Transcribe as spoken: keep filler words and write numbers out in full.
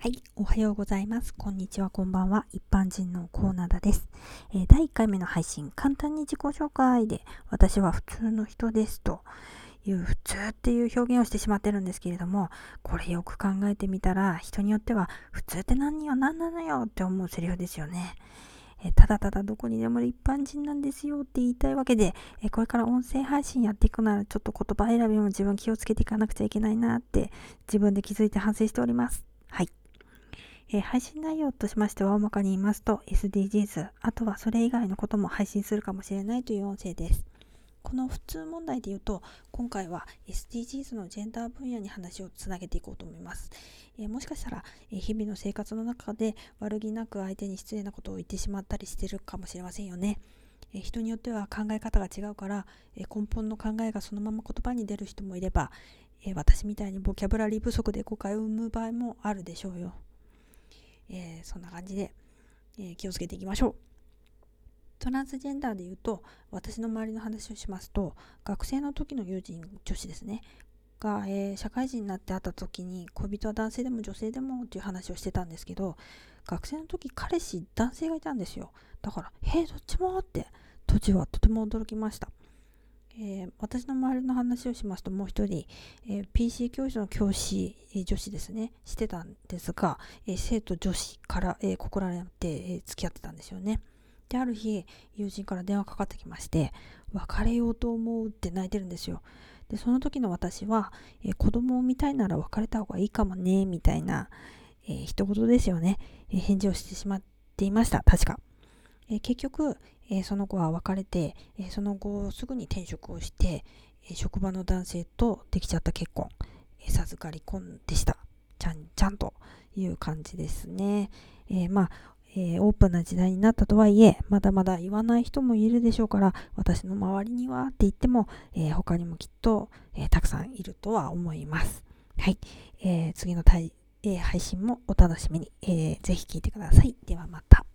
はい、おはようございます。こんにちは、こんばんは。一般人のコーナーです、えー、だいいっかいめの配信、簡単に自己紹介で、私は普通の人ですという普通っていう表現をしてしまってるんですけれども、これよく考えてみたら、人によっては普通って何よ、何なのよって思うセリフですよね。えーただただどこにでも一般人なんですよって言いたいわけで、えーこれから音声配信やっていくならちょっと言葉選びも自分気をつけていかなくちゃいけないなって自分で気づいて反省しております。はい。えー配信内容としましては大まかに言いますと エスディージーズ、あとはそれ以外のことも配信するかもしれないという音声です。この普通問題で言うと、今回は エスディージーズ のジェンダー分野に話をつなげていこうと思います。えーもしかしたら、えー日々の生活の中で悪気なく相手に失礼なことを言ってしまったりしてるかもしれませんよね。えー人によっては考え方が違うから、えー根本の考えがそのまま言葉に出る人もいれば、えー私みたいにボキャブラリー不足で誤解を生む場合もあるでしょうよ。えーそんな感じで、えー気をつけていきましょう。トランスジェンダーで言うと、私の周りの話をしますと、学生の時の友人、女子ですね、が、えー社会人になって会った時に、恋人は男性でも女性でもっていう話をしてたんですけど、学生の時彼氏男性がいたんですよ。だから、へえ、どっちもって、当時はとても驚きました。えー私の周りの話をしますと、もう一人、えー ピーシー 教室の教師、えー女子ですね、してたんですが、えー生徒女子から、えー告られて、えー付き合ってたんですよね。で、ある日、友人から電話かかってきまして、別れようと思うって泣いてるんですよ。で、その時の私は、えー子供を産みたいなら別れた方がいいかもね、みたいな、えー一言ですよね、えー返事をしてしまっていました、確か。えー結局、えーその子は別れて、えーその後すぐに転職をして、えー職場の男性とできちゃった結婚、えー授かり婚でした。ちゃんちゃんという感じですね。えーまあえーオープンな時代になったとはいえ、まだまだ言わない人もいるでしょうから、私の周りにはって言っても、えー他にもきっと、えーたくさんいるとは思います。はい。えー次のたい、えー配信もお楽しみに、えーぜひ聞いてください。ではまた。